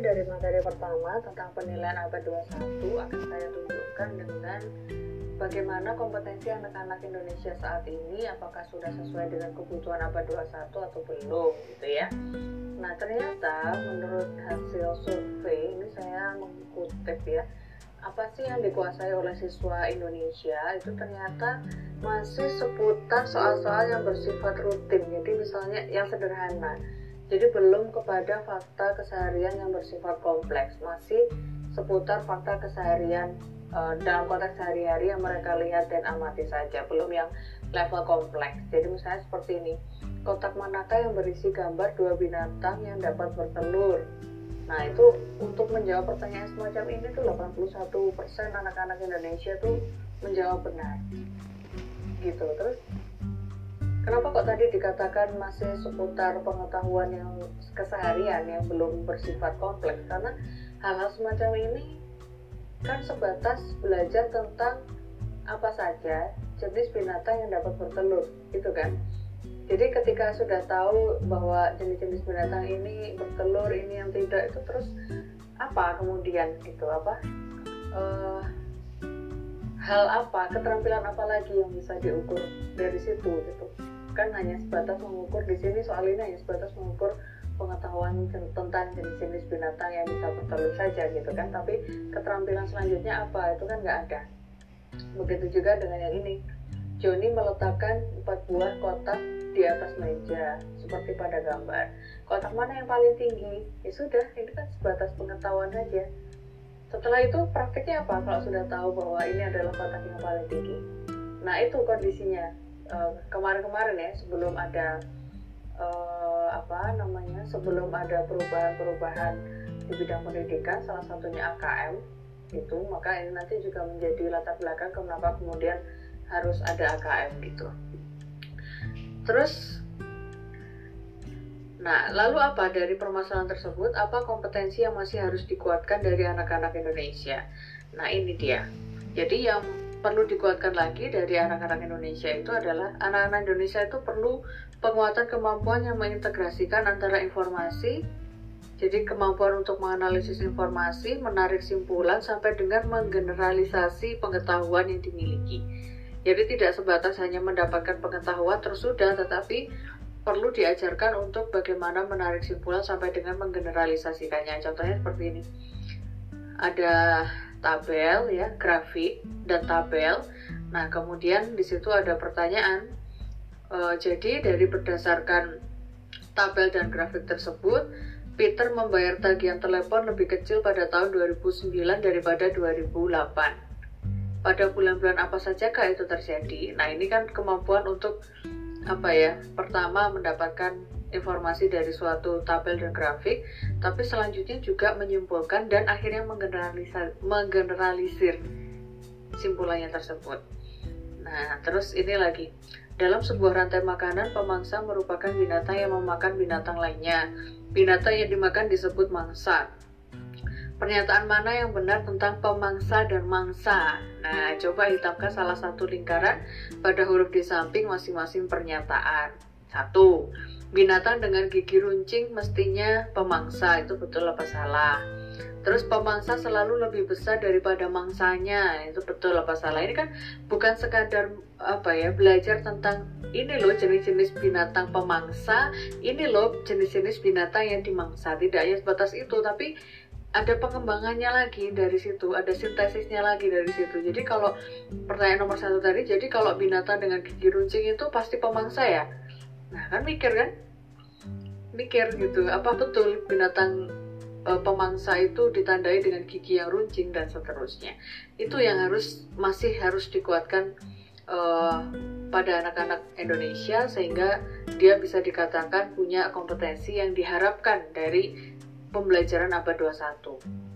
dari materi pertama tentang penilaian abad 21 akan saya tunjukkan dengan bagaimana kompetensi anak-anak Indonesia saat ini, apakah sudah sesuai dengan kebutuhan abad 21 atau belum gitu ya. Nah ternyata menurut hasil survei ini saya mengutip ya, apa sih yang dikuasai oleh siswa Indonesia itu ternyata masih seputar soal-soal yang bersifat rutin. Jadi misalnya yang sederhana, jadi belum kepada fakta keseharian yang bersifat kompleks, masih seputar fakta keseharian dalam konteks sehari-hari yang mereka lihat dan amati saja, belum yang level kompleks. Jadi misalnya seperti ini, kotak manakah yang berisi gambar dua binatang yang dapat bertelur? Nah itu untuk menjawab pertanyaan semacam ini tuh 81% anak-anak Indonesia tuh menjawab benar gitu. Terus kenapa kok tadi dikatakan masih seputar pengetahuan yang keseharian yang belum bersifat kompleks? Karena hal-hal semacam ini kan sebatas belajar tentang apa saja jenis binatang yang dapat bertelur gitu kan. Jadi ketika sudah tahu bahwa jenis-jenis binatang ini bertelur, ini yang tidak, itu terus apa kemudian itu hal apa, keterampilan apa lagi yang bisa diukur dari situ gitu. Kan hanya sebatas mengukur di sini, soal ini hanya sebatas mengukur pengetahuan tentang jenis-jenis binatang yang bisa bertelur saja gitu kan. Tapi keterampilan selanjutnya apa, itu kan nggak ada. Begitu juga dengan yang ini. Joni meletakkan 4 buah kotak di atas meja seperti pada gambar. Kotak mana yang paling tinggi? Ya sudah, ini kan sebatas pengetahuan saja. Setelah itu praktiknya apa kalau sudah tahu bahwa ini adalah kotak yang paling tinggi? Nah itu kondisinya kemarin-kemarin ya, sebelum ada sebelum ada perubahan-perubahan di bidang pendidikan, salah satunya AKM gitu. Maka ini nanti juga menjadi latar belakang kenapa kemudian harus ada AKM gitu. Terus, nah lalu apa dari permasalahan tersebut? Apa kompetensi yang masih harus dikuatkan dari anak-anak Indonesia? Nah ini dia. Jadi yang perlu dikuatkan lagi dari anak-anak Indonesia itu adalah anak-anak Indonesia itu perlu penguatan kemampuan yang mengintegrasikan antara informasi. Jadi kemampuan untuk menganalisis informasi, menarik simpulan sampai dengan menggeneralisasi pengetahuan yang dimiliki. Jadi tidak sebatas hanya mendapatkan pengetahuan terus sudah, tetapi perlu diajarkan untuk bagaimana menarik simpulan sampai dengan menggeneralisasikannya. Contohnya seperti ini. Ada tabel ya, grafik dan tabel. Nah, kemudian di situ ada pertanyaan. Jadi dari berdasarkan tabel dan grafik tersebut, Peter membayar tagihan telepon lebih kecil pada tahun 2009 daripada 2008. Pada bulan-bulan apa sajakah itu terjadi? Nah ini kan kemampuan untuk pertama mendapatkan informasi dari suatu tabel dan grafik, tapi selanjutnya juga menyimpulkan dan akhirnya menggeneralisir simpulannya tersebut. Nah terus ini lagi, dalam sebuah rantai makanan, pemangsa merupakan binatang yang memakan binatang lainnya. Binatang yang dimakan disebut mangsa. Pernyataan mana yang benar tentang pemangsa dan mangsa? Nah, coba hitamkan salah satu lingkaran pada huruf di samping masing-masing pernyataan. 1. Binatang dengan gigi runcing mestinya pemangsa, itu betul apa salah? Terus pemangsa selalu lebih besar daripada mangsanya, itu betul apa salah? Ini kan bukan sekadar belajar tentang ini loh jenis-jenis binatang pemangsa, ini loh jenis-jenis binatang yang dimangsa. Tidak hanya sebatas itu, tapi ada pengembangannya lagi dari situ, ada sintesisnya lagi dari situ. Jadi kalau pertanyaan nomor 1 tadi, jadi kalau binatang dengan gigi runcing itu pasti pemangsa ya? Nah kan mikir gitu, apa betul binatang pemangsa itu ditandai dengan gigi yang runcing dan seterusnya. Itu yang masih harus dikuatkan pada anak-anak Indonesia sehingga dia bisa dikatakan punya kompetensi yang diharapkan dari pembelajaran abad 21.